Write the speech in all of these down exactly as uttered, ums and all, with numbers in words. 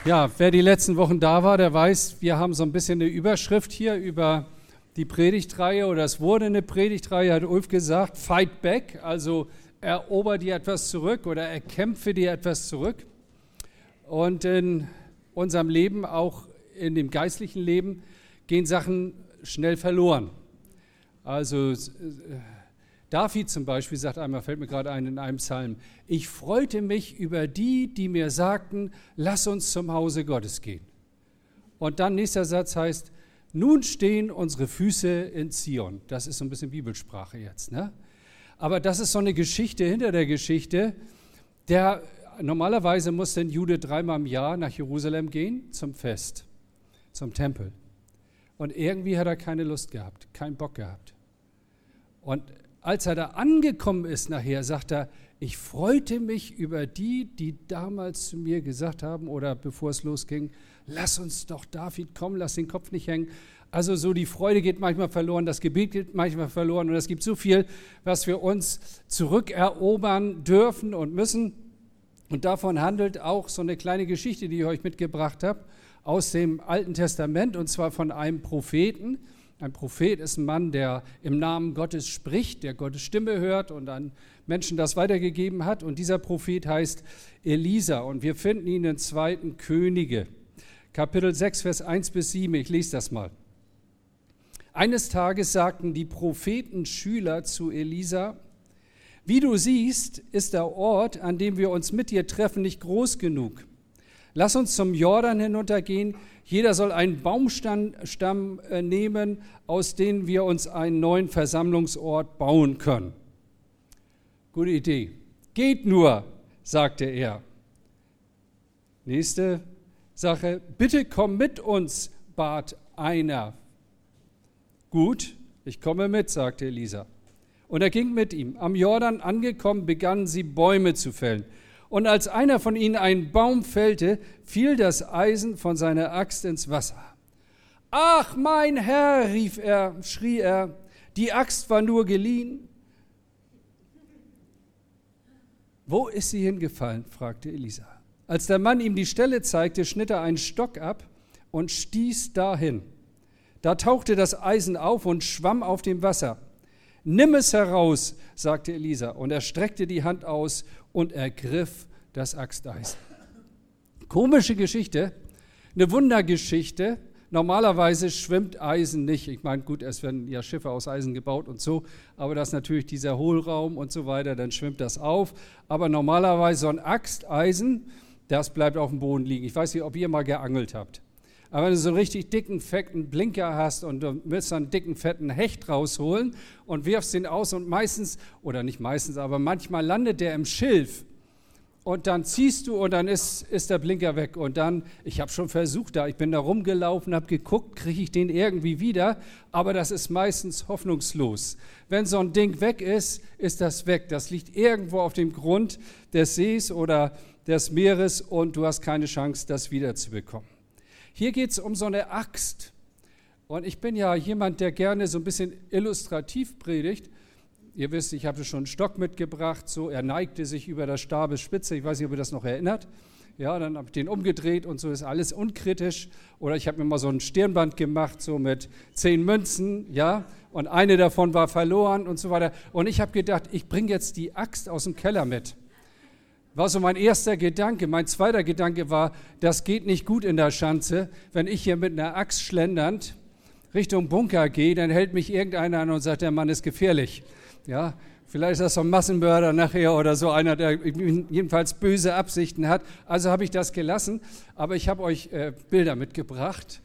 Ja, wer die letzten Wochen da war, der weiß, wir haben so ein bisschen eine Überschrift hier über die Predigtreihe, oder es wurde eine Predigtreihe, hat Ulf gesagt, Fight Back, also erober dir etwas zurück oder erkämpfe dir etwas zurück. Und in unserem Leben, auch in dem geistlichen Leben, gehen Sachen schnell verloren. Also David zum Beispiel sagt einmal, fällt mir gerade ein in einem Psalm, ich freute mich über die, die mir sagten, lass uns zum Hause Gottes gehen. Und dann nächster Satz heißt, nun stehen unsere Füße in Zion. Das ist so ein bisschen Bibelsprache jetzt, ne? Aber das ist so eine Geschichte hinter der Geschichte. Der, normalerweise muss ein Jude dreimal im Jahr nach Jerusalem gehen zum Fest, zum Tempel. Und irgendwie hat er keine Lust gehabt, keinen Bock gehabt. Und als er da angekommen ist nachher, sagt er, ich freute mich über die, die damals zu mir gesagt haben, oder bevor es losging, lass uns doch David kommen, lass den Kopf nicht hängen. Also so die Freude geht manchmal verloren, das Gebet geht manchmal verloren und es gibt so viel, was wir uns zurückerobern dürfen und müssen. Und davon handelt auch so eine kleine Geschichte, die ich euch mitgebracht habe, aus dem Alten Testament, und zwar von einem Propheten. Ein Prophet ist ein Mann, der im Namen Gottes spricht, der Gottes Stimme hört und an Menschen das weitergegeben hat. Und dieser Prophet heißt Elisa. Und wir finden ihn in zweiten Könige, Kapitel sechs, Vers eins bis sieben. Ich lese das mal. Eines Tages sagten die Prophetenschüler zu Elisa, wie du siehst, ist der Ort, an dem wir uns mit dir treffen, nicht groß genug. Lass uns zum Jordan hinuntergehen. Jeder soll einen Baumstamm nehmen, aus dem wir uns einen neuen Versammlungsort bauen können. Gute Idee. Geht nur, sagte er. Nächste Sache. Bitte komm mit uns, bat einer. Gut, ich komme mit, sagte Elisa. Und er ging mit ihm. Am Jordan angekommen, begannen sie Bäume zu fällen. Und als einer von ihnen einen Baum fällte, fiel das Eisen von seiner Axt ins Wasser. »Ach, mein Herr«, rief er, schrie er, »die Axt war nur geliehen.« »Wo ist sie hingefallen?« fragte Elisa. Als der Mann ihm die Stelle zeigte, schnitt er einen Stock ab und stieß dahin. Da tauchte das Eisen auf und schwamm auf dem Wasser. »Nimm es heraus«, sagte Elisa, und er streckte die Hand aus und ergriff das Axteisen. Komische Geschichte, eine Wundergeschichte. Normalerweise schwimmt Eisen nicht. Ich meine, gut, es werden ja Schiffe aus Eisen gebaut und so, aber das ist natürlich dieser Hohlraum und so weiter, dann schwimmt das auf. Aber normalerweise so ein Axteisen, das bleibt auf dem Boden liegen. Ich weiß nicht, ob ihr mal geangelt habt. Aber wenn du so einen richtig dicken, fetten Blinker hast und du willst einen dicken, fetten Hecht rausholen und wirfst den aus und meistens, oder nicht meistens, aber manchmal landet der im Schilf und dann ziehst du und dann ist, ist der Blinker weg. Und dann, ich habe schon versucht, da, ich bin da rumgelaufen, habe geguckt, kriege ich den irgendwie wieder, aber das ist meistens hoffnungslos. Wenn so ein Ding weg ist, ist das weg. Das liegt irgendwo auf dem Grund des Sees oder des Meeres und du hast keine Chance, das wiederzubekommen. Hier geht es um so eine Axt. Und ich bin ja jemand, der gerne so ein bisschen illustrativ predigt. Ihr wisst, ich habe schon einen Stock mitgebracht. So, er neigte sich über der Stabesspitze. Ich weiß nicht, ob ihr das noch erinnert. Ja, dann habe ich den umgedreht und so ist alles unkritisch. Oder ich habe mir mal so ein Stirnband gemacht, so mit zehn Münzen. Ja, und eine davon war verloren und so weiter. Und ich habe gedacht, ich bringe jetzt die Axt aus dem Keller mit. War so mein erster Gedanke. Mein zweiter Gedanke war, das geht nicht gut in der Schanze. Wenn ich hier mit einer Axt schlendernd Richtung Bunker gehe, dann hält mich irgendeiner an und sagt, der Mann ist gefährlich. Ja, vielleicht ist das so ein Massenmörder nachher oder so einer, der jedenfalls böse Absichten hat. Also habe ich das gelassen. Aber ich habe euch äh, Bilder mitgebracht,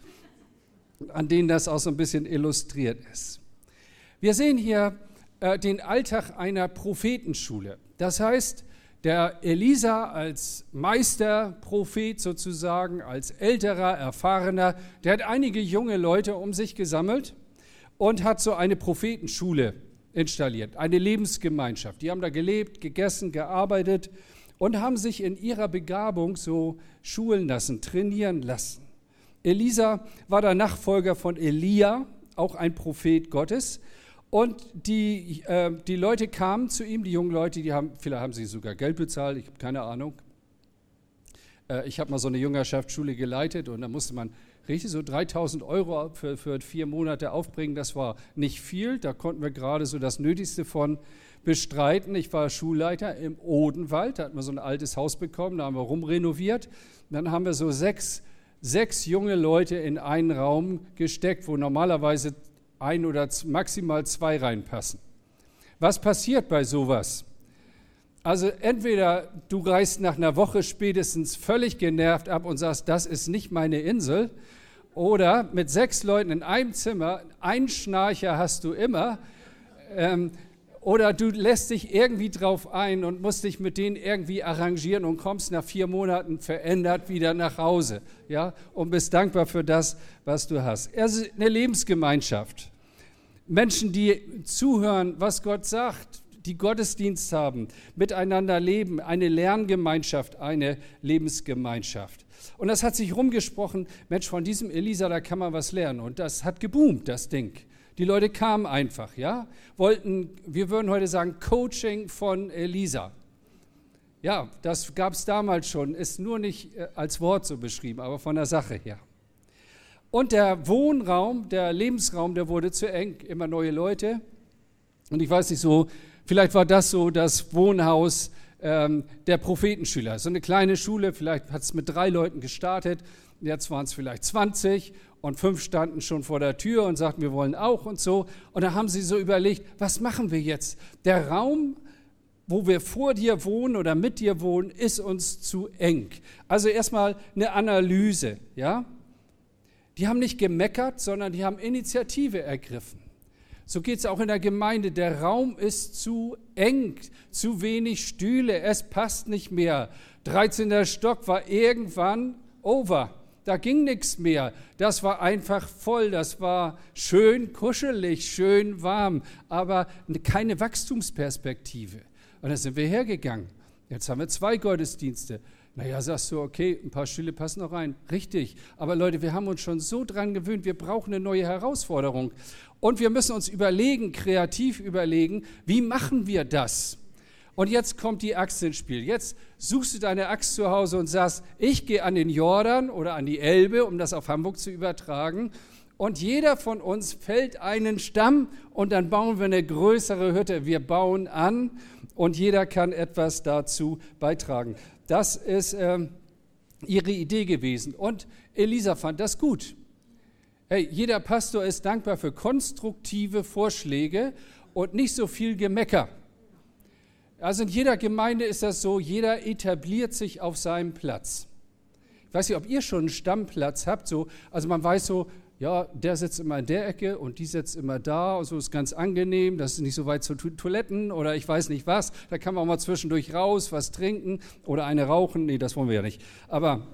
an denen das auch so ein bisschen illustriert ist. Wir sehen hier äh, den Alltag einer Prophetenschule. Das heißt, der Elisa als Meisterprophet sozusagen, als älterer, erfahrener, der hat einige junge Leute um sich gesammelt und hat so eine Prophetenschule installiert, eine Lebensgemeinschaft. Die haben da gelebt, gegessen, gearbeitet und haben sich in ihrer Begabung so schulen lassen, trainieren lassen. Elisa war der Nachfolger von Elia, auch ein Prophet Gottes. Und die, äh, die Leute kamen zu ihm, die jungen Leute, die haben, vielleicht haben sie sogar Geld bezahlt, ich habe keine Ahnung. Äh, ich habe mal so eine Jüngerschaftsschule geleitet und da musste man richtig so dreitausend Euro für, für vier Monate aufbringen. Das war nicht viel, da konnten wir gerade so das Nötigste von bestreiten. Ich war Schulleiter im Odenwald, da hatten wir so ein altes Haus bekommen, da haben wir rumrenoviert. Dann haben wir so sechs, sechs junge Leute in einen Raum gesteckt, wo normalerweise ein oder maximal zwei reinpassen. Was passiert bei sowas? Also entweder du reist nach einer Woche spätestens völlig genervt ab und sagst, das ist nicht meine Insel, oder mit sechs Leuten in einem Zimmer, einen Schnarcher hast du immer, ähm, oder du lässt dich irgendwie drauf ein und musst dich mit denen irgendwie arrangieren und kommst nach vier Monaten verändert wieder nach Hause, ja, und bist dankbar für das, was du hast. Also eine Lebensgemeinschaft. Menschen, die zuhören, was Gott sagt, die Gottesdienst haben, miteinander leben, eine Lerngemeinschaft, eine Lebensgemeinschaft. Und das hat sich rumgesprochen, Mensch, von diesem Elisa, da kann man was lernen. Und das hat geboomt, das Ding. Die Leute kamen einfach, ja, wollten, wir würden heute sagen, Coaching von Elisa. Ja, das gab es damals schon, ist nur nicht als Wort so beschrieben, aber von der Sache her. Und der Wohnraum, der Lebensraum, der wurde zu eng, immer neue Leute. Und ich weiß nicht so, vielleicht war das so das Wohnhaus ähm, der Prophetenschüler. So eine kleine Schule, vielleicht hat es mit drei Leuten gestartet, jetzt waren es vielleicht zwanzig und fünf standen schon vor der Tür und sagten, wir wollen auch und so. Und da haben sie so überlegt, was machen wir jetzt? Der Raum, wo wir vor dir wohnen oder mit dir wohnen, ist uns zu eng. Also erstmal eine Analyse, ja? Die haben nicht gemeckert, sondern die haben Initiative ergriffen. So geht es auch in der Gemeinde. Der Raum ist zu eng, zu wenig Stühle, es passt nicht mehr. dreizehnter Stock war irgendwann over. Da ging nichts mehr. Das war einfach voll. Das war schön kuschelig, schön warm, aber keine Wachstumsperspektive. Und da sind wir hergegangen. Jetzt haben wir zwei Gottesdienste. Naja, sagst du, okay, ein paar Stühle passen noch rein. Richtig. Aber Leute, wir haben uns schon so dran gewöhnt, wir brauchen eine neue Herausforderung. Und wir müssen uns überlegen, kreativ überlegen, wie machen wir das? Und jetzt kommt die Axt ins Spiel. Jetzt suchst du deine Axt zu Hause und sagst, ich gehe an den Jordan oder an die Elbe, um das auf Hamburg zu übertragen. Und jeder von uns fällt einen Stamm und dann bauen wir eine größere Hütte. Wir bauen an und jeder kann etwas dazu beitragen. Das ist ähm, ihre Idee gewesen. Und Elisa fand das gut. Hey, jeder Pastor ist dankbar für konstruktive Vorschläge und nicht so viel Gemecker. Also in jeder Gemeinde ist das so, jeder etabliert sich auf seinem Platz. Ich weiß nicht, ob ihr schon einen Stammplatz habt. So, also man weiß so, ja, der sitzt immer in der Ecke und die sitzt immer da. Und so ist ganz angenehm, das ist nicht so weit zu Toiletten oder ich weiß nicht was. Da kann man auch mal zwischendurch raus, was trinken oder eine rauchen. Nee, das wollen wir ja nicht. Aber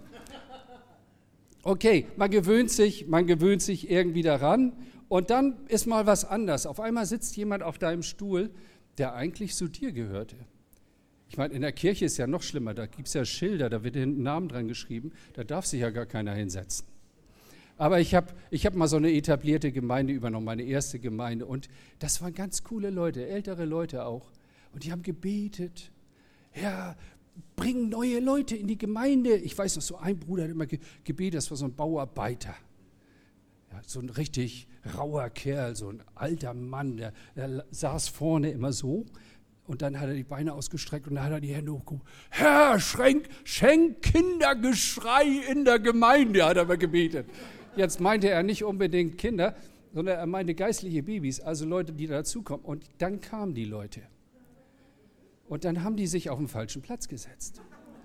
okay, man gewöhnt sich, man gewöhnt sich irgendwie daran und dann ist mal was anders. Auf einmal sitzt jemand auf deinem Stuhl, der eigentlich zu dir gehörte. Ich meine, in der Kirche ist ja noch schlimmer, da gibt es ja Schilder, da wird ein Name dran geschrieben, da darf sich ja gar keiner hinsetzen. Aber ich habe ich hab mal so eine etablierte Gemeinde übernommen, meine erste Gemeinde. Und das waren ganz coole Leute, ältere Leute auch. Und die haben gebetet, Herr, bring neue Leute in die Gemeinde. Ich weiß noch, so ein Bruder hat immer gebetet, das war so ein Bauarbeiter. Ja, so ein richtig rauer Kerl, so ein alter Mann, der, der saß vorne immer so. Und dann hat er die Beine ausgestreckt und dann hat er die Hände hochgehoben. Herr, schenk, schenk Kindergeschrei in der Gemeinde, hat er mal gebetet. Jetzt meinte er nicht unbedingt Kinder, sondern er meinte geistliche Babys, also Leute, die dazukommen. Und dann kamen die Leute. Und dann haben die sich auf den falschen Platz gesetzt.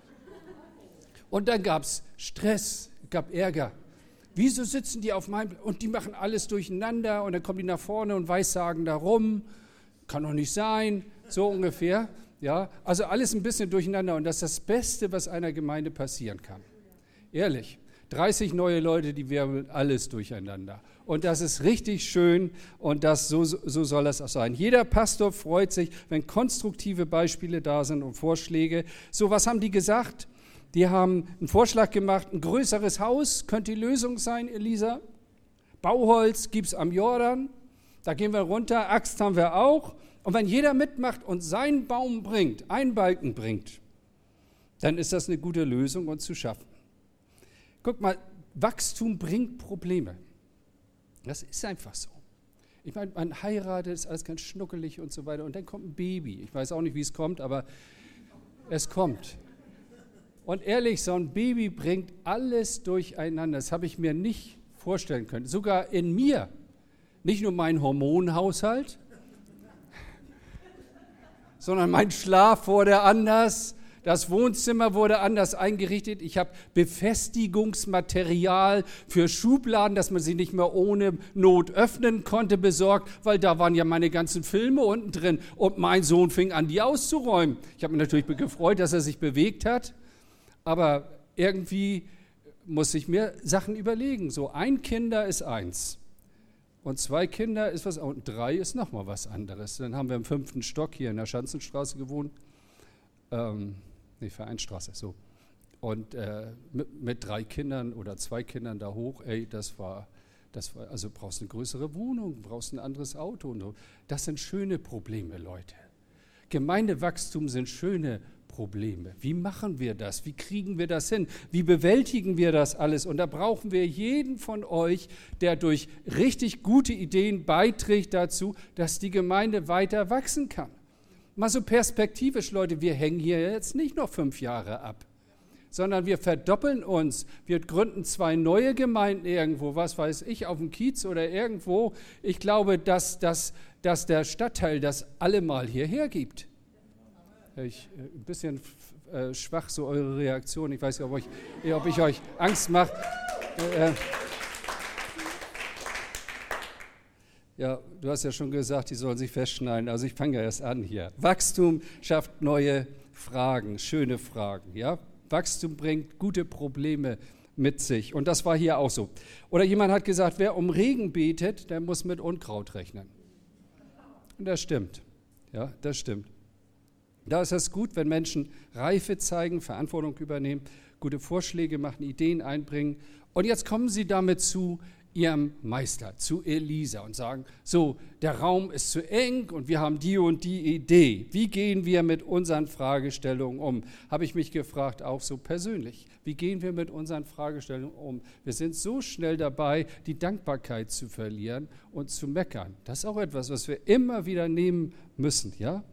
Und dann gab es Stress, gab Ärger. Wieso sitzen die auf meinem Platz? Und die machen alles durcheinander und dann kommen die nach vorne und weissagen da rum. Kann doch nicht sein, so ungefähr. Ja, also alles ein bisschen durcheinander und das ist das Beste, was einer Gemeinde passieren kann. Ehrlich. dreißig neue Leute, die wirbeln alles durcheinander. Und das ist richtig schön und das, so, so soll das auch sein. Jeder Pastor freut sich, wenn konstruktive Beispiele da sind und Vorschläge. So, was haben die gesagt? Die haben einen Vorschlag gemacht, ein größeres Haus könnte die Lösung sein, Elisa. Bauholz gibt es am Jordan, da gehen wir runter, Axt haben wir auch. Und wenn jeder mitmacht und seinen Baum bringt, einen Balken bringt, dann ist das eine gute Lösung und zu schaffen. Guck mal, Wachstum bringt Probleme. Das ist einfach so. Ich meine, man heiratet, ist alles ganz schnuckelig und so weiter und dann kommt ein Baby. Ich weiß auch nicht, wie es kommt, aber es kommt. Und ehrlich, so ein Baby bringt alles durcheinander. Das habe ich mir nicht vorstellen können. Sogar in mir. Nicht nur mein Hormonhaushalt, sondern mein Schlaf wurde anders. Das Wohnzimmer wurde anders eingerichtet. Ich habe Befestigungsmaterial für Schubladen, dass man sie nicht mehr ohne Not öffnen konnte, besorgt, weil da waren ja meine ganzen Filme unten drin. Und mein Sohn fing an, die auszuräumen. Ich habe mich natürlich gefreut, dass er sich bewegt hat. Aber irgendwie muss ich mir Sachen überlegen. So ein Kinder ist eins. Und zwei Kinder ist was, und drei ist nochmal was anderes. Dann haben wir im fünften Stock hier in der Schanzenstraße gewohnt. Ähm, nee, Vereinstraße, so. Und äh, mit, mit drei Kindern oder zwei Kindern da hoch, ey, das war, das war, also brauchst eine größere Wohnung, brauchst ein anderes Auto und so. Das sind schöne Probleme, Leute. Gemeindewachstum sind schöne Probleme. Wie machen wir das? Wie kriegen wir das hin? Wie bewältigen wir das alles? Und da brauchen wir jeden von euch, der durch richtig gute Ideen beiträgt dazu, dass die Gemeinde weiter wachsen kann. Mal so perspektivisch, Leute, wir hängen hier jetzt nicht noch fünf Jahre ab, sondern wir verdoppeln uns. Wir gründen zwei neue Gemeinden irgendwo, was weiß ich, auf dem Kiez oder irgendwo. Ich glaube, dass, dass, dass der Stadtteil das allemal hierher gibt. Ich, ein bisschen äh, schwach, so eure Reaktion. Ich weiß nicht, ob, euch, ob ich euch Angst mache. Äh, ja, du hast ja schon gesagt, die sollen sich festschneiden. Also ich fange ja erst an hier. Wachstum schafft neue Fragen, schöne Fragen. Ja? Wachstum bringt gute Probleme mit sich. Und das war hier auch so. Oder jemand hat gesagt, wer um Regen betet, der muss mit Unkraut rechnen. Und das stimmt. Ja, das stimmt. Da ist es gut, wenn Menschen Reife zeigen, Verantwortung übernehmen, gute Vorschläge machen, Ideen einbringen. Und jetzt kommen sie damit zu ihrem Meister, zu Elisa und sagen, so, der Raum ist zu eng und wir haben die und die Idee. Wie gehen wir mit unseren Fragestellungen um? Habe ich mich gefragt, auch so persönlich. Wie gehen wir mit unseren Fragestellungen um? Wir sind so schnell dabei, die Dankbarkeit zu verlieren und zu meckern. Das ist auch etwas, was wir immer wieder nehmen müssen, ja?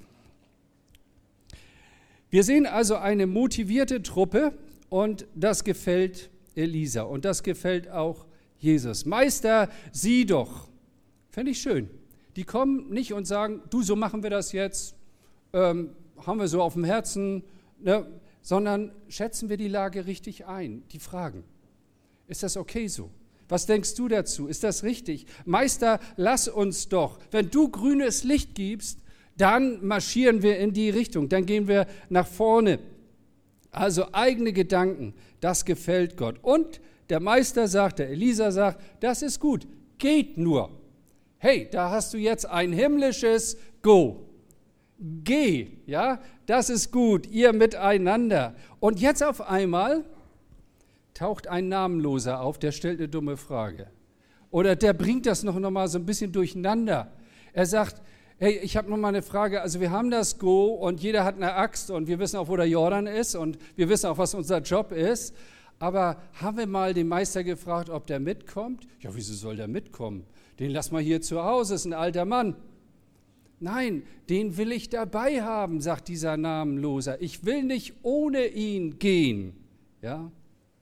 Wir sehen also eine motivierte Truppe und das gefällt Elisa und das gefällt auch Jesus. Meister, sieh doch. Fände ich schön. Die kommen nicht und sagen, du, so machen wir das jetzt, ähm, haben wir so auf dem Herzen, ne? Sondern schätzen wir die Lage richtig ein. Die fragen, ist das okay so? Was denkst du dazu? Ist das richtig? Meister, lass uns doch, wenn du grünes Licht gibst, dann marschieren wir in die Richtung, dann gehen wir nach vorne. Also eigene Gedanken, das gefällt Gott. Und der Meister sagt, der Elisa sagt, das ist gut, geht nur. Hey, da hast du jetzt ein himmlisches Go. Geh, ja, das ist gut, ihr miteinander. Und jetzt auf einmal taucht ein Namenloser auf, der stellt eine dumme Frage. Oder der bringt das noch, noch mal so ein bisschen durcheinander. Er sagt, hey, ich habe noch mal eine Frage. Also wir haben das Go und jeder hat eine Axt und wir wissen auch, wo der Jordan ist und wir wissen auch, was unser Job ist. Aber haben wir mal den Meister gefragt, ob der mitkommt? Ja, wieso soll der mitkommen? Den lass mal hier zu Hause, ist ein alter Mann. Nein, den will ich dabei haben, sagt dieser Namenloser. Ich will nicht ohne ihn gehen. Ja?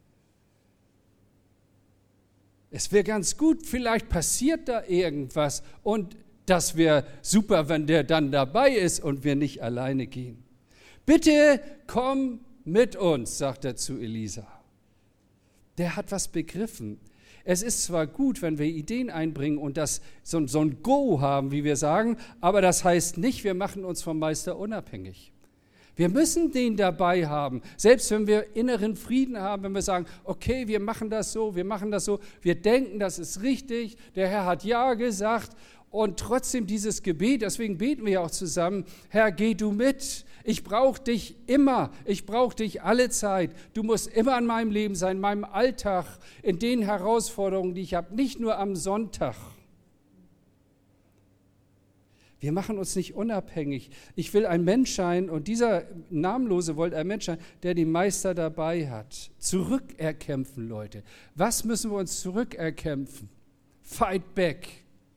Es wäre ganz gut, vielleicht passiert da irgendwas und das wäre super, wenn der dann dabei ist und wir nicht alleine gehen. Bitte komm mit uns, sagt er zu Elisa. Der hat was begriffen. Es ist zwar gut, wenn wir Ideen einbringen und das so, so ein Go haben, wie wir sagen, aber das heißt nicht, wir machen uns vom Meister unabhängig. Wir müssen den dabei haben, selbst wenn wir inneren Frieden haben, wenn wir sagen, okay, wir machen das so, wir machen das so, wir denken, das ist richtig, der Herr hat Ja gesagt. Und trotzdem dieses Gebet, deswegen beten wir ja auch zusammen, Herr, geh du mit, ich brauche dich immer, ich brauche dich alle Zeit, du musst immer in meinem Leben sein, in meinem Alltag, in den Herausforderungen, die ich habe, nicht nur am Sonntag. Wir machen uns nicht unabhängig. Ich will ein Mensch sein und dieser Namenlose wollte ein Mensch sein, der den Meister dabei hat. Zurückerkämpfen, Leute. Was müssen wir uns zurückerkämpfen? Fight back.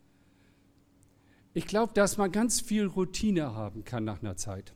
Ich glaube, dass man ganz viel Routine haben kann nach einer Zeit.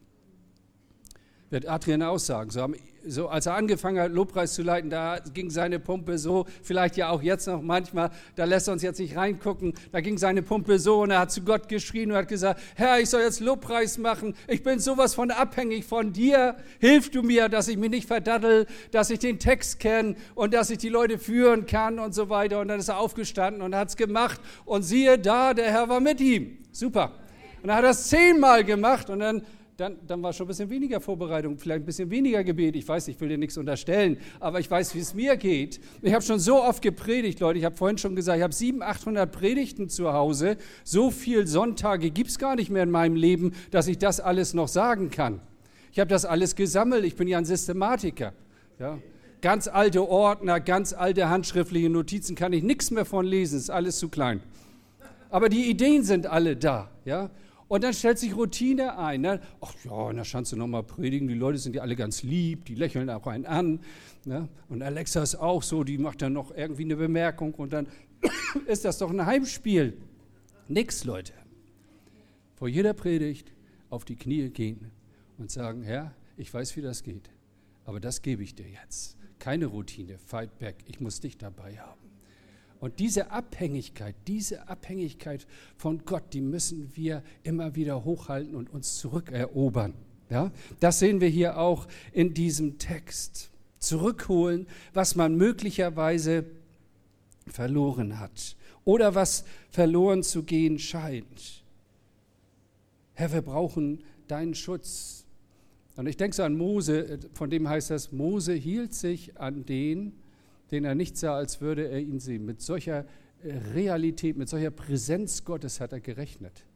Wird Adrian auch sagen. So, so als er angefangen hat, Lobpreis zu leiten, da ging seine Pumpe so, vielleicht ja auch jetzt noch manchmal, da lässt er uns jetzt nicht reingucken, da ging seine Pumpe so und er hat zu Gott geschrien und hat gesagt, Herr, ich soll jetzt Lobpreis machen, ich bin sowas von abhängig von dir, hilf du mir, dass ich mich nicht verdattel, dass ich den Text kenne und dass ich die Leute führen kann und so weiter. Und dann ist er aufgestanden und hat es gemacht und siehe da, der Herr war mit ihm. Super. Und er hat das zehnmal gemacht und dann Dann, dann war schon ein bisschen weniger Vorbereitung, vielleicht ein bisschen weniger Gebet. Ich weiß, ich will dir nichts unterstellen, aber ich weiß, wie es mir geht. Ich habe schon so oft gepredigt, Leute. Ich habe vorhin schon gesagt, ich habe siebenhundert, achthundert Predigten zu Hause. So viele Sonntage gibt es gar nicht mehr in meinem Leben, dass ich das alles noch sagen kann. Ich habe das alles gesammelt. Ich bin ja ein Systematiker. Ja. Ganz alte Ordner, ganz alte handschriftliche Notizen, kann ich nichts mehr von lesen. Ist alles zu klein. Aber die Ideen sind alle da, ja. Und dann stellt sich Routine ein. Ne? Ach ja, da kannst du nochmal predigen. Die Leute sind ja alle ganz lieb, die lächeln auch einen an. Ne? Und Alexa ist auch so, die macht dann noch irgendwie eine Bemerkung und dann ist das doch ein Heimspiel. Nix, Leute. Vor jeder Predigt auf die Knie gehen und sagen, Herr, ich weiß, wie das geht, aber das gebe ich dir jetzt. Keine Routine, fight back, ich muss dich dabei haben. Und diese Abhängigkeit, diese Abhängigkeit von Gott, die müssen wir immer wieder hochhalten und uns zurückerobern. Ja? Das sehen wir hier auch in diesem Text. Zurückholen, was man möglicherweise verloren hat oder was verloren zu gehen scheint. Herr, wir brauchen deinen Schutz. Und ich denke so an Mose, von dem heißt das, Mose hielt sich an den, den er nicht sah, als würde er ihn sehen. Mit solcher Realität, mit solcher Präsenz Gottes hat er gerechnet.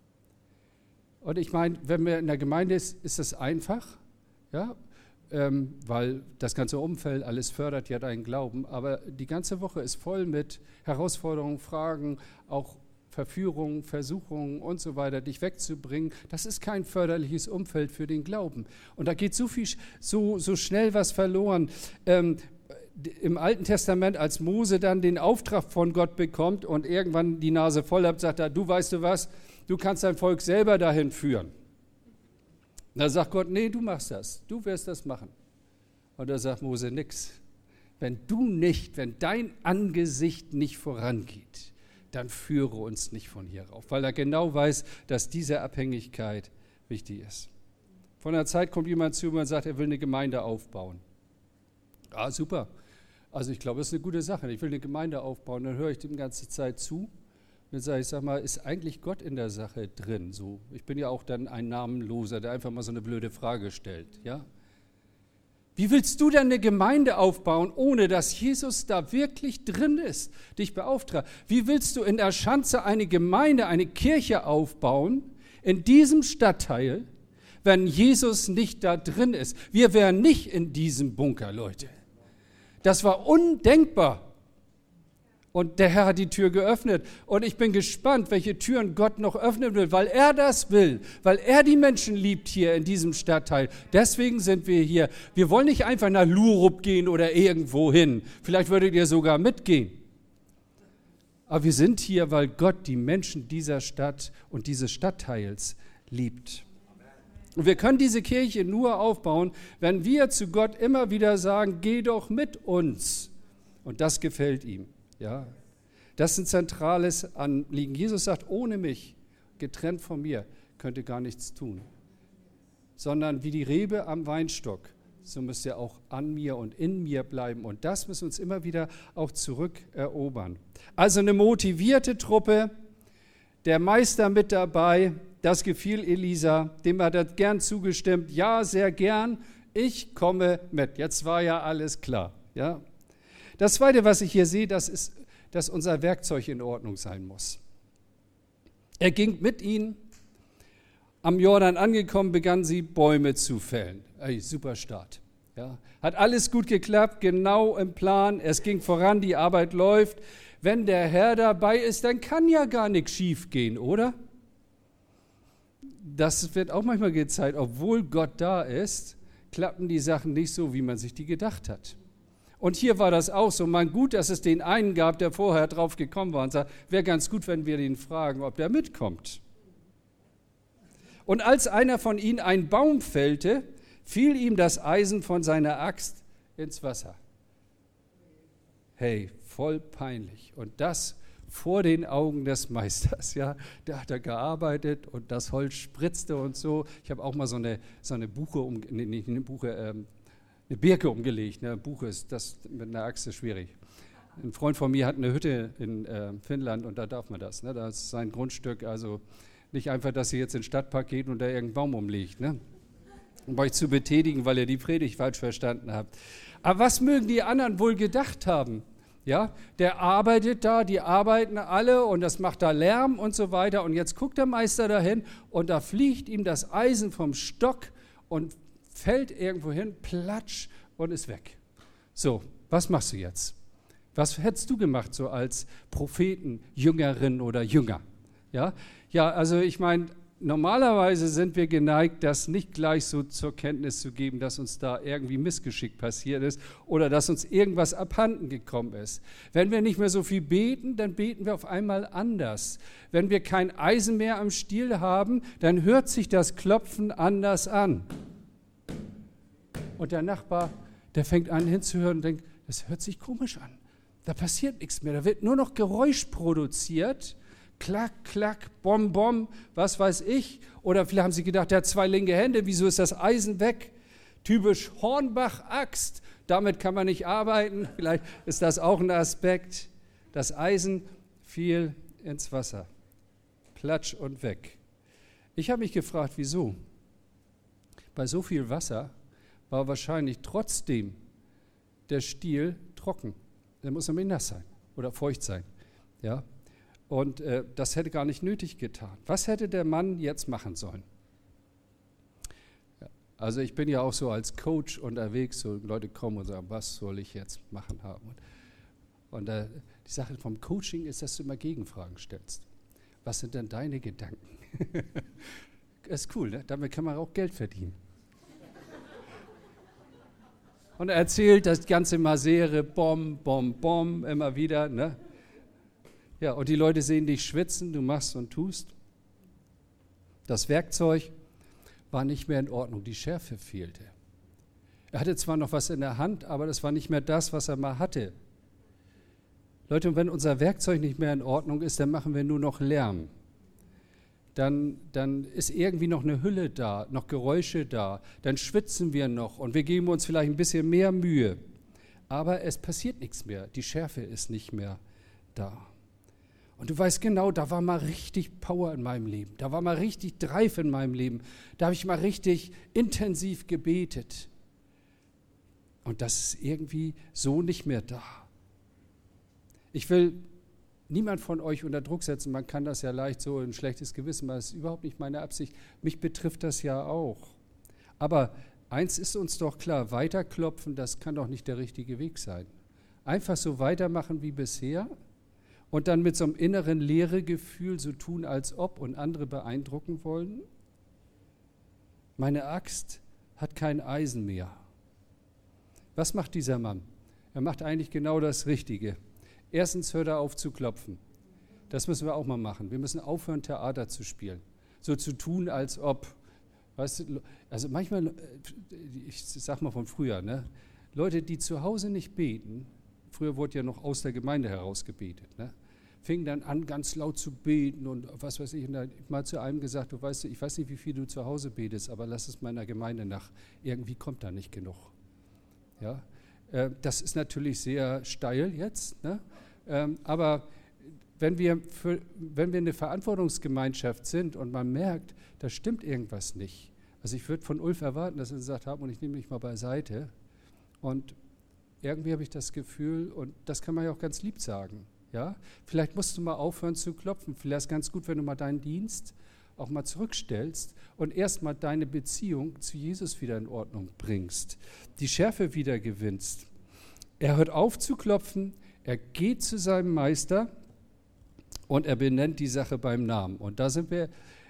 Und ich meine, wenn wir in der Gemeinde ist, ist das einfach, ja, ähm, weil das ganze Umfeld, alles fördert ja deinen Glauben, aber die ganze Woche ist voll mit Herausforderungen, Fragen, auch Verführungen, Versuchungen und so weiter, dich wegzubringen. Das ist kein förderliches Umfeld für den Glauben. Und da geht so viel, so, so schnell was verloren. Ähm, Im Alten Testament, als Mose dann den Auftrag von Gott bekommt und irgendwann die Nase voll hat, sagt er, du weißt du was, du kannst dein Volk selber dahin führen. Da sagt Gott, nee, du machst das, du wirst das machen. Und da sagt Mose, nix. Wenn du nicht, wenn dein Angesicht nicht vorangeht, dann führe uns nicht von hier rauf, weil er genau weiß, dass diese Abhängigkeit wichtig ist. Von der Zeit kommt jemand zu mir und sagt, er will eine Gemeinde aufbauen. Ah, super. Also ich glaube, das ist eine gute Sache. Ich will eine Gemeinde aufbauen. Dann höre ich dem die ganze Zeit zu. Und dann sage ich, sag mal, ist eigentlich Gott in der Sache drin? So, ich bin ja auch dann ein Namenloser, der einfach mal so eine blöde Frage stellt. Ja? Wie willst du denn eine Gemeinde aufbauen, ohne dass Jesus da wirklich drin ist, dich beauftragt? Wie willst du in der Schanze eine Gemeinde, eine Kirche aufbauen, in diesem Stadtteil, wenn Jesus nicht da drin ist? Wir wären nicht in diesem Bunker, Leute. Das war undenkbar. Und der Herr hat die Tür geöffnet. Und ich bin gespannt, welche Türen Gott noch öffnen will, weil er das will, weil er die Menschen liebt hier in diesem Stadtteil. Deswegen sind wir hier. Wir wollen nicht einfach nach Lurup gehen oder irgendwo hin. Vielleicht würdet ihr sogar mitgehen. Aber wir sind hier, weil Gott die Menschen dieser Stadt und dieses Stadtteils liebt. Und wir können diese Kirche nur aufbauen, wenn wir zu Gott immer wieder sagen, geh doch mit uns. Und das gefällt ihm. Ja. Das ist ein zentrales Anliegen. Jesus sagt, ohne mich, getrennt von mir, könnt ihr gar nichts tun. Sondern wie die Rebe am Weinstock, so müsst ihr auch an mir und in mir bleiben. Und das müssen wir uns immer wieder auch zurückerobern. Also eine motivierte Truppe, der Meister mit dabei, das gefiel Elisa, dem hat er gern zugestimmt. Ja, sehr gern, ich komme mit. Jetzt war ja alles klar. Ja. Das Zweite, was ich hier sehe, das ist, dass unser Werkzeug in Ordnung sein muss. Er ging mit ihnen. Am Jordan angekommen, begannen sie Bäume zu fällen. Ey, super Start. Ja. Hat alles gut geklappt, genau im Plan. Es ging voran, die Arbeit läuft. Wenn der Herr dabei ist, dann kann ja gar nichts schief gehen, oder? das wird auch manchmal gezeigt, obwohl Gott da ist, klappen die Sachen nicht so, wie man sich die gedacht hat. Und hier war das auch so. Man, gut, dass es den einen gab, der vorher drauf gekommen war und sagt, wäre ganz gut, wenn wir ihn fragen, ob der mitkommt. Und als einer von ihnen einen Baum fällte, fiel ihm das Eisen von seiner Axt ins Wasser. Hey, voll peinlich. Und das vor den Augen des Meisters. Ja, da hat er gearbeitet und das Holz spritzte und so. Ich habe auch mal so eine, so eine Buche, um, nee, nicht eine Buche, ähm, eine Birke umgelegt. Ne? Buche ist das mit einer Axt ist schwierig. Ein Freund von mir hat eine Hütte in äh, Finnland und da darf man das. Ne? Das ist sein Grundstück. Also nicht einfach, dass ihr jetzt in den Stadtpark geht und da irgendeinen Baum umlegt. Ne? Um euch zu betätigen, weil ihr die Predigt falsch verstanden habt. Aber was mögen die anderen wohl gedacht haben? Ja, der arbeitet da, die arbeiten alle und das macht da Lärm und so weiter. Und jetzt guckt der Meister dahin und da fliegt ihm das Eisen vom Stock und fällt irgendwo hin, platsch und ist weg. So, was machst du jetzt? Was hättest du gemacht so als Propheten, Jüngerin oder Jünger? Ja, ja, also ich meine, normalerweise sind wir geneigt, das nicht gleich so zur Kenntnis zu geben, dass uns da irgendwie Missgeschick passiert ist oder dass uns irgendwas abhanden gekommen ist. Wenn wir nicht mehr so viel beten, dann beten wir auf einmal anders. Wenn wir kein Eisen mehr am Stiel haben, dann hört sich das Klopfen anders an. Und der Nachbar, der fängt an hinzuhören und denkt, das hört sich komisch an. Da passiert nichts mehr, da wird nur noch Geräusch produziert. Klack, klack, bom, bom, was weiß ich. Oder vielleicht haben sie gedacht, der hat zwei linke Hände, wieso ist das Eisen weg? Typisch Hornbach-Axt, damit kann man nicht arbeiten. Vielleicht ist das auch ein Aspekt. Das Eisen fiel ins Wasser. Platsch und weg. Ich habe mich gefragt, wieso? Bei so viel Wasser war wahrscheinlich trotzdem der Stiel trocken. Der muss nämlich nass sein oder feucht sein. Ja? Und äh, das hätte gar nicht nötig getan. Was hätte der Mann jetzt machen sollen? Ja, also ich bin ja auch so als Coach unterwegs, so Leute kommen und sagen, was soll ich jetzt machen haben? Und, und äh, die Sache vom Coaching ist, dass du immer Gegenfragen stellst. Was sind denn deine Gedanken? Das ist cool, ne? Damit kann man auch Geld verdienen. Und er erzählt das ganze Masere, bom, bom, bom, immer wieder, ne? Ja, und die Leute sehen dich schwitzen, du machst und tust. Das Werkzeug war nicht mehr in Ordnung, die Schärfe fehlte. Er hatte zwar noch was in der Hand, aber das war nicht mehr das, was er mal hatte. Leute, und wenn unser Werkzeug nicht mehr in Ordnung ist, dann machen wir nur noch Lärm. Dann, dann ist irgendwie noch eine Hülle da, noch Geräusche da, dann schwitzen wir noch und wir geben uns vielleicht ein bisschen mehr Mühe. Aber es passiert nichts mehr, die Schärfe ist nicht mehr da. Und du weißt genau, da war mal richtig Power in meinem Leben, da war mal richtig Drive in meinem Leben, da habe ich mal richtig intensiv gebetet. Und das ist irgendwie so nicht mehr da. Ich will niemand von euch unter Druck setzen, man kann das ja leicht so ein schlechtes Gewissen, das ist überhaupt nicht meine Absicht. Mich betrifft das ja auch. Aber eins ist uns doch klar, weiterklopfen, das kann doch nicht der richtige Weg sein. Einfach so weitermachen wie bisher und dann mit so einem inneren Leeregefühl so tun, als ob und andere beeindrucken wollen. Meine Axt hat kein Eisen mehr. Was macht dieser Mann? Er macht eigentlich genau das Richtige. Erstens hört er auf zu klopfen. Das müssen wir auch mal machen. Wir müssen aufhören, Theater zu spielen. So zu tun, als ob, weißt du, also manchmal, ich sag mal von früher, ne? Leute, die zu Hause nicht beten, früher wurde ja noch aus der Gemeinde heraus gebetet, ne? Fingen dann an, ganz laut zu beten und was weiß ich. Und da mal zu einem gesagt, du weißt, ich weiß nicht, wie viel du zu Hause betest, aber lass es meiner Gemeinde nach. Irgendwie kommt da nicht genug. Ja? Äh, das ist natürlich sehr steil jetzt, ne? Ähm, aber wenn wir, für, wenn wir eine Verantwortungsgemeinschaft sind und man merkt, da stimmt irgendwas nicht. Also ich würde von Ulf erwarten, dass er gesagt hat, und ich nehme mich mal beiseite. Und irgendwie habe ich das Gefühl, und das kann man ja auch ganz lieb sagen, ja, vielleicht musst du mal aufhören zu klopfen. Vielleicht ist es ganz gut, wenn du mal deinen Dienst auch mal zurückstellst und erstmal deine Beziehung zu Jesus wieder in Ordnung bringst, die Schärfe wieder gewinnst. Er hört auf zu klopfen, er geht zu seinem Meister und er benennt die Sache beim Namen. Und da sind wir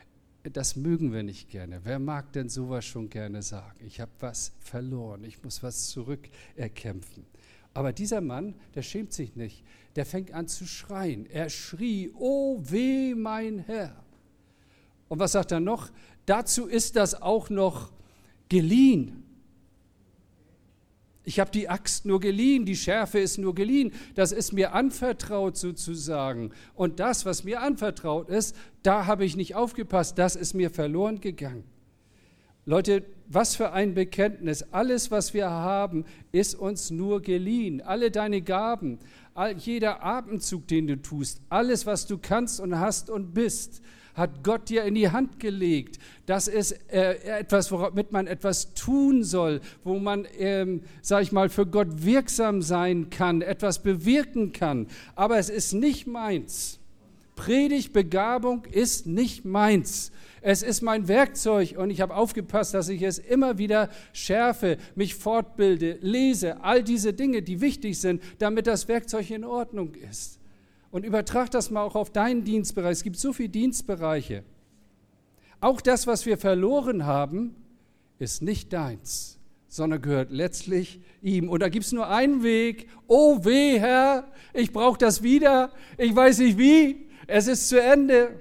das mögen wir nicht gerne. Wer mag denn sowas schon gerne sagen? Ich habe was verloren, ich muss was zurückerkämpfen. Aber dieser Mann, der schämt sich nicht. Der fängt an zu schreien. Er schrie, oh weh, mein Herr. Und was sagt er noch? Dazu ist das auch noch geliehen. Ich habe die Axt nur geliehen, die Schärfe ist nur geliehen. Das ist mir anvertraut sozusagen. Und das, was mir anvertraut ist, da habe ich nicht aufgepasst. Das ist mir verloren gegangen. Leute, was für ein Bekenntnis. Alles, was wir haben, ist uns nur geliehen. Alle deine Gaben, all, jeder Atemzug, den du tust, alles, was du kannst und hast und bist, hat Gott dir in die Hand gelegt. Das ist äh, etwas, womit man etwas tun soll, wo man, ähm, sag ich mal, für Gott wirksam sein kann, etwas bewirken kann. Aber es ist nicht meins. Predigtbegabung ist nicht meins. Es ist mein Werkzeug und ich habe aufgepasst, dass ich es immer wieder schärfe, mich fortbilde, lese, all diese Dinge, die wichtig sind, damit das Werkzeug in Ordnung ist. Und übertrag das mal auch auf deinen Dienstbereich. Es gibt so viele Dienstbereiche. Auch das, was wir verloren haben, ist nicht deins, sondern gehört letztlich ihm. Und da gibt es nur einen Weg. Oh weh, Herr, ich brauche das wieder. Ich weiß nicht wie. Es ist zu Ende.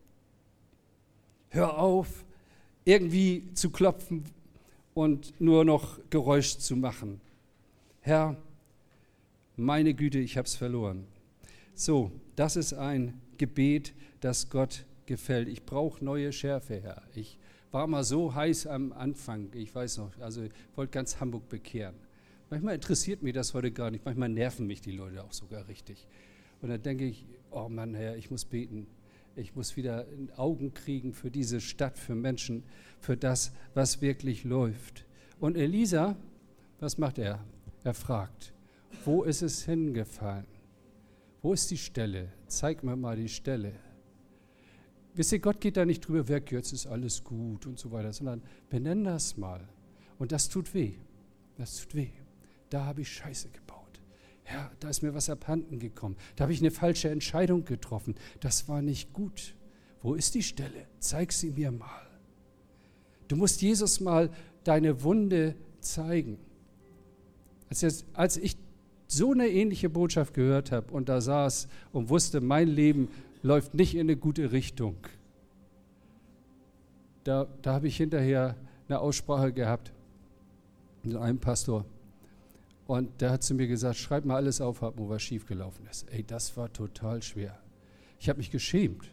Hör auf, irgendwie zu klopfen und nur noch Geräusch zu machen. Herr, meine Güte, ich habe es verloren. So, das ist ein Gebet, das Gott gefällt. Ich brauche neue Schärfe, Herr. Ich war mal so heiß am Anfang, ich weiß noch, also ich wollte ganz Hamburg bekehren. Manchmal interessiert mich das heute gar nicht, manchmal nerven mich die Leute auch sogar richtig. Und dann denke ich, oh Mann, Herr, ich muss beten. Ich muss wieder Augen kriegen für diese Stadt, für Menschen, für das, was wirklich läuft. Und Elisa, was macht er? Er fragt, wo ist es hingefallen? Wo ist die Stelle? Zeig mir mal die Stelle. Wisst ihr, Gott geht da nicht drüber weg, jetzt ist alles gut und so weiter, sondern benenn das mal. Und das tut weh. Das tut weh. Da habe ich Scheiße gebaut. Ja, da ist mir was abhanden gekommen. Da habe ich eine falsche Entscheidung getroffen. Das war nicht gut. Wo ist die Stelle? Zeig sie mir mal. Du musst Jesus mal deine Wunde zeigen. Als, jetzt, als ich so eine ähnliche Botschaft gehört habe und da saß und wusste, mein Leben läuft nicht in eine gute Richtung, da, da habe ich hinterher eine Aussprache gehabt mit einem Pastor. Und der hat zu mir gesagt, schreib mal alles auf, wo was schiefgelaufen ist. Ey, das war total schwer. Ich habe mich geschämt.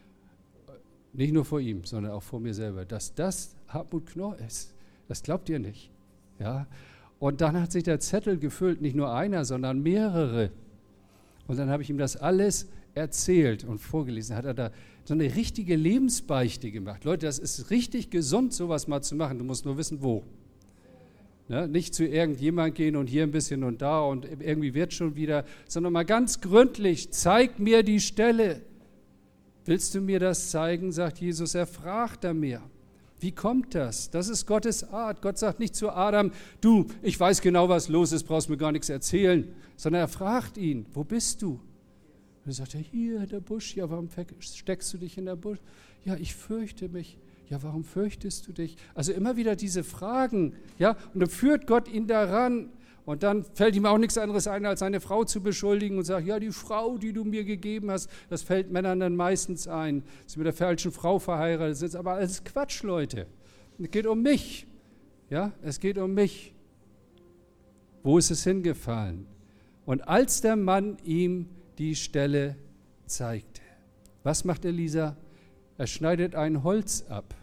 Nicht nur vor ihm, sondern auch vor mir selber. Dass das Hartmut Knorr ist, das glaubt ihr nicht. Ja? Und dann hat sich der Zettel gefüllt, nicht nur einer, sondern mehrere. Und dann habe ich ihm das alles erzählt und vorgelesen. Hat er da so eine richtige Lebensbeichte gemacht. Leute, das ist richtig gesund, sowas mal zu machen. Du musst nur wissen, wo. Ne? Nicht zu irgendjemand gehen und hier ein bisschen und da und irgendwie wird schon wieder, sondern mal ganz gründlich, zeig mir die Stelle. Willst du mir das zeigen, sagt Jesus, er fragt er mir. Wie kommt das? Das ist Gottes Art. Gott sagt nicht zu Adam, du, ich weiß genau, was los ist, brauchst mir gar nichts erzählen, sondern er fragt ihn, wo bist du? Und dann sagt er, hier, der Busch. Ja, warum steckst du dich in der Busch? Ja, ich fürchte mich. Ja, warum fürchtest du dich? Also immer wieder diese Fragen, ja, und dann führt Gott ihn daran und dann fällt ihm auch nichts anderes ein, als seine Frau zu beschuldigen und sagt, ja, die Frau, die du mir gegeben hast, das fällt Männern dann meistens ein, dass sie mit der falschen Frau verheiratet sind, aber alles Quatsch, Leute. Es geht um mich, ja, es geht um mich. Wo ist es hingefallen? Und als der Mann ihm die Stelle zeigte, was macht Elisa? Er schneidet ein Holz ab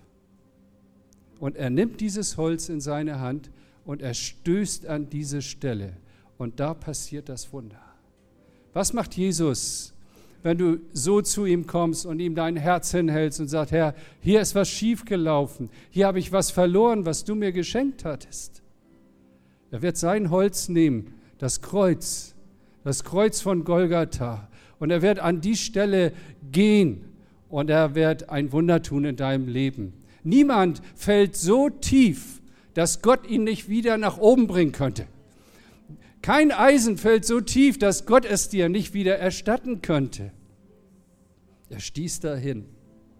und er nimmt dieses Holz in seine Hand und er stößt an diese Stelle und da passiert das Wunder. Was macht Jesus, wenn du so zu ihm kommst und ihm dein Herz hinhältst und sagst, Herr, hier ist was schiefgelaufen, hier habe ich was verloren, was du mir geschenkt hattest. Er wird sein Holz nehmen, das Kreuz, das Kreuz von Golgatha, und er wird an die Stelle gehen und er wird ein Wunder tun in deinem Leben. Niemand fällt so tief, dass Gott ihn nicht wieder nach oben bringen könnte. Kein Eisen fällt so tief, dass Gott es dir nicht wieder erstatten könnte. Er stieß dahin.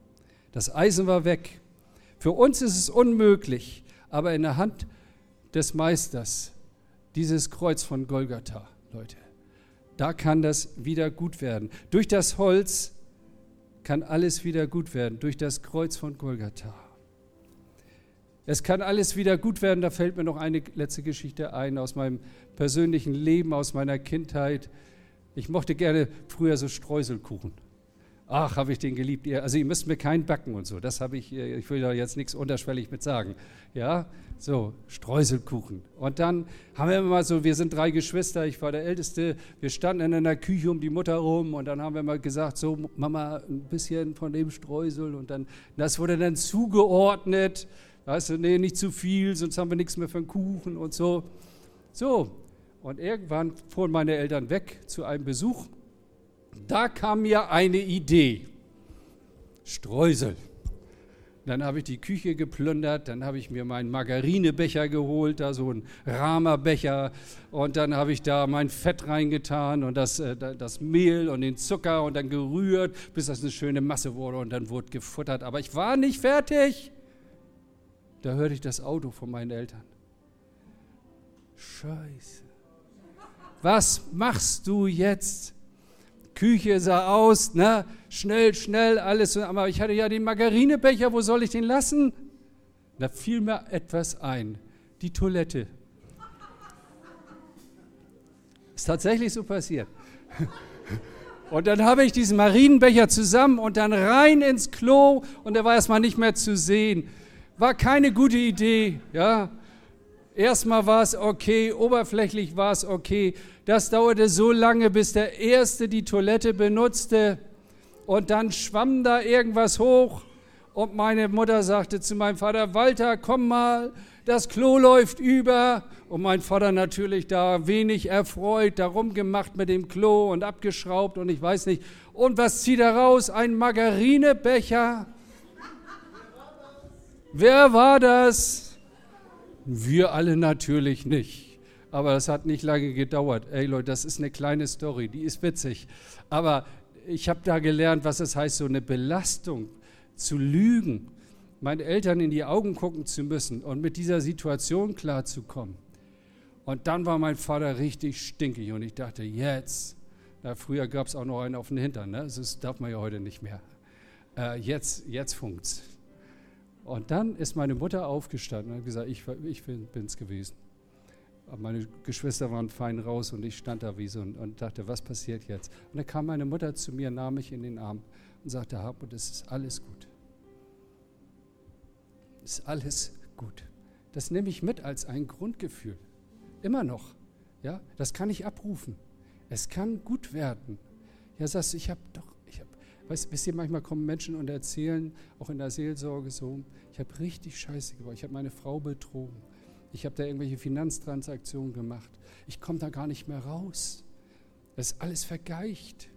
Das Eisen war weg. Für uns ist es unmöglich, aber in der Hand des Meisters, dieses Kreuz von Golgatha, Leute, da kann das wieder gut werden. Durch das Holz kann alles wieder gut werden, durch das Kreuz von Golgatha. Es kann alles wieder gut werden, da fällt mir noch eine letzte Geschichte ein aus meinem persönlichen Leben, aus meiner Kindheit. Ich mochte gerne früher so Streuselkuchen. Ach, habe ich den geliebt. Also ihr müsst mir keinen backen und so, das habe ich, ich will da jetzt nichts unterschwellig mit sagen. Ja, so, Streuselkuchen. Und dann haben wir immer mal so, wir sind drei Geschwister, ich war der Älteste, wir standen in der Küche um die Mutter rum und dann haben wir mal gesagt, so Mama, ein bisschen von dem Streusel und dann, das wurde dann zugeordnet. Weißt du, nee, nicht zu viel, sonst haben wir nichts mehr für den Kuchen und so. So, und irgendwann fuhren meine Eltern weg zu einem Besuch. Da kam mir eine Idee. Streusel. Dann habe ich die Küche geplündert, dann habe ich mir meinen Margarinebecher geholt, da so ein Rama-Becher. Und dann habe ich da mein Fett reingetan und das, das Mehl und den Zucker und dann gerührt, bis das eine schöne Masse wurde und dann wurde gefuttert. Aber ich war nicht fertig. Da hörte ich das Auto von meinen Eltern. Scheiße. Was machst du jetzt? Küche sah aus, ne? Schnell, schnell, alles. Aber ich hatte ja den Margarinebecher, wo soll ich den lassen? Da fiel mir etwas ein. Die Toilette. Ist tatsächlich so passiert. Und dann habe ich diesen Marinebecher zusammen und dann rein ins Klo und der war erstmal nicht mehr zu sehen. War keine gute Idee, ja. Erstmal war es okay, oberflächlich war es okay. Das dauerte so lange, bis der Erste die Toilette benutzte und dann schwamm da irgendwas hoch und meine Mutter sagte zu meinem Vater, Walter, komm mal, das Klo läuft über. Und mein Vater natürlich da wenig erfreut, darum gemacht mit dem Klo und abgeschraubt und ich weiß nicht. Und was zieht er raus? Ein Margarinebecher. Wer war das? Wir alle natürlich nicht. Aber das hat nicht lange gedauert. Ey Leute, das ist eine kleine Story, die ist witzig. Aber ich habe da gelernt, was es heißt, so eine Belastung zu lügen, meinen Eltern in die Augen gucken zu müssen und mit dieser Situation klarzukommen. Und dann war mein Vater richtig stinkig und ich dachte, jetzt, na, früher gab es auch noch einen auf den Hintern, ne? Das darf man ja heute nicht mehr. Äh, jetzt, jetzt funkt's. Und dann ist meine Mutter aufgestanden und hat gesagt, ich, ich bin es gewesen. Aber meine Geschwister waren fein raus und ich stand da wie so und, und dachte, was passiert jetzt? Und dann kam meine Mutter zu mir, nahm mich in den Arm und sagte, Hartmut, es ist alles gut. Es ist alles gut. Das nehme ich mit als ein Grundgefühl. Immer noch. Ja, das kann ich abrufen. Es kann gut werden. Ja, sagst du, ich habe doch, ich habe, weißt, wisst ihr, manchmal kommen Menschen und erzählen, auch in der Seelsorge so, ich habe richtig Scheiße gebaut, ich habe meine Frau betrogen, ich habe da irgendwelche Finanztransaktionen gemacht, ich komme da gar nicht mehr raus. Das ist alles vergeicht.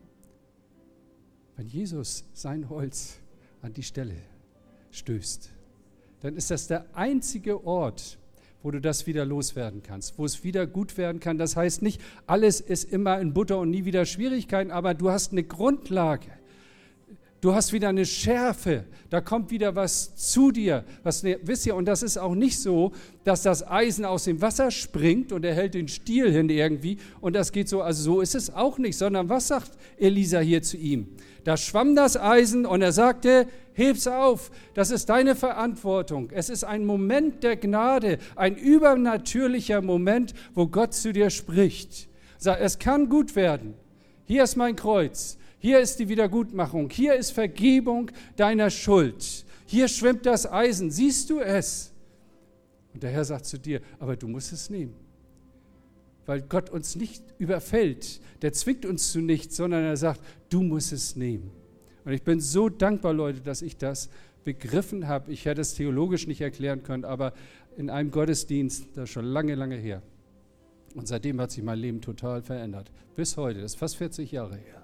Wenn Jesus sein Holz an die Stelle stößt, dann ist das der einzige Ort, wo du das wieder loswerden kannst, wo es wieder gut werden kann. Das heißt nicht, alles ist immer in Butter und nie wieder Schwierigkeiten, aber du hast eine Grundlage. Du hast wieder eine Schärfe, da kommt wieder was zu dir. Was, wisst ihr, und das ist auch nicht so, dass das Eisen aus dem Wasser springt und er hält den Stiel hin irgendwie und das geht so, also so ist es auch nicht, sondern was sagt Elisa hier zu ihm? Da schwamm das Eisen und er sagte, heb's auf, das ist deine Verantwortung. Es ist ein Moment der Gnade, ein übernatürlicher Moment, wo Gott zu dir spricht. Sag, es kann gut werden. Hier ist mein Kreuz. Hier ist die Wiedergutmachung, hier ist Vergebung deiner Schuld. Hier schwimmt das Eisen, siehst du es? Und der Herr sagt zu dir, aber du musst es nehmen. Weil Gott uns nicht überfällt, der zwingt uns zu nichts, sondern er sagt, du musst es nehmen. Und ich bin so dankbar, Leute, dass ich das begriffen habe. Ich hätte es theologisch nicht erklären können, aber in einem Gottesdienst, das ist schon lange, lange her. Und seitdem hat sich mein Leben total verändert. Bis heute, das ist fast vierzig Jahre her.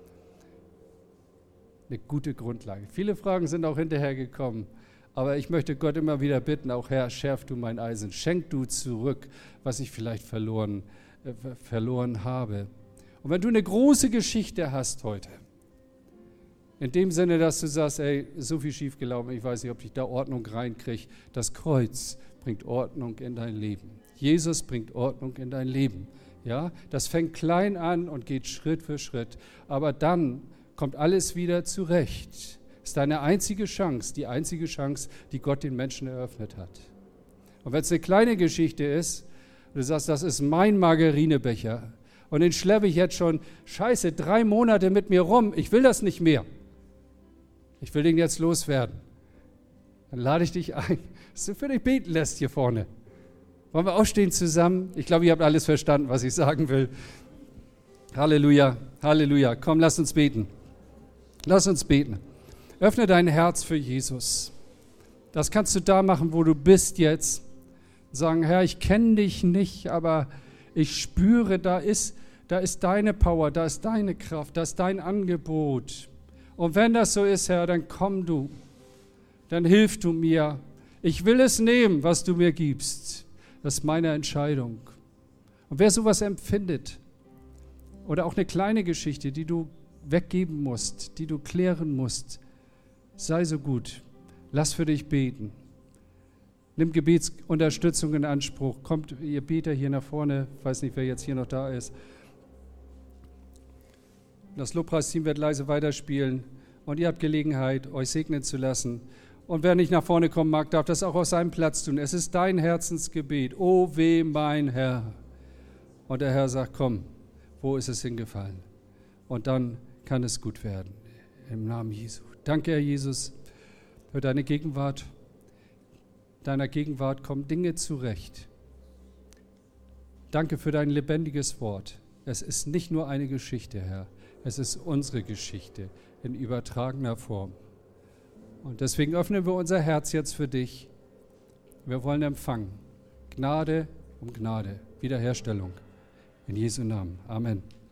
Eine gute Grundlage. Viele Fragen sind auch hinterher gekommen, aber ich möchte Gott immer wieder bitten, auch Herr, schärf du mein Eisen, schenk du zurück, was ich vielleicht verloren, äh, verloren habe. Und wenn du eine große Geschichte hast heute, In dem Sinne, dass du sagst, ey, so viel schiefgelaufen, ich weiß nicht, ob ich da Ordnung reinkriege. Das Kreuz bringt Ordnung in dein Leben. Jesus bringt Ordnung in dein Leben. Ja, das fängt klein an und geht Schritt für Schritt. Aber dann kommt alles wieder zurecht. Das ist deine einzige Chance, die einzige Chance, die Gott den Menschen eröffnet hat. Und wenn es eine kleine Geschichte ist, und du sagst, das ist mein Margarinebecher und den schleppe ich jetzt schon, scheiße, drei Monate mit mir rum, ich will das nicht mehr. Ich will den jetzt loswerden. Dann lade ich dich ein, dass du für dich beten lässt hier vorne. Wollen wir aufstehen zusammen? Ich glaube, ihr habt alles verstanden, was ich sagen will. Halleluja, Halleluja. Komm, lass uns beten. Lass uns beten. Öffne dein Herz für Jesus. Das kannst du da machen, wo du bist jetzt. Sagen, Herr, ich kenne dich nicht, aber ich spüre, da ist, da ist deine Power, da ist deine Kraft, da ist dein Angebot. Und wenn das so ist, Herr, dann komm du. Dann hilf du mir. Ich will es nehmen, was du mir gibst. Das ist meine Entscheidung. Und wer sowas empfindet, oder auch eine kleine Geschichte, die du weggeben musst, die du klären musst, sei so gut, lass für dich beten. Nimm Gebetsunterstützung in Anspruch. Kommt ihr Beter hier nach vorne, ich weiß nicht, wer jetzt hier noch da ist. Das Lobpreisteam wird leise weiterspielen und ihr habt Gelegenheit, euch segnen zu lassen. Und wer nicht nach vorne kommen mag, darf das auch auf seinem Platz tun. Es ist dein Herzensgebet. O weh, mein Herr. Und der Herr sagt, komm, wo ist es hingefallen? Und dann kann es gut werden. Im Namen Jesu. Danke, Herr Jesus, für deine Gegenwart. Deiner Gegenwart kommen Dinge zurecht. Danke für dein lebendiges Wort. Es ist nicht nur eine Geschichte, Herr. Es ist unsere Geschichte in übertragener Form. Und deswegen öffnen wir unser Herz jetzt für dich. Wir wollen empfangen. Gnade um Gnade, Wiederherstellung. In Jesu Namen. Amen.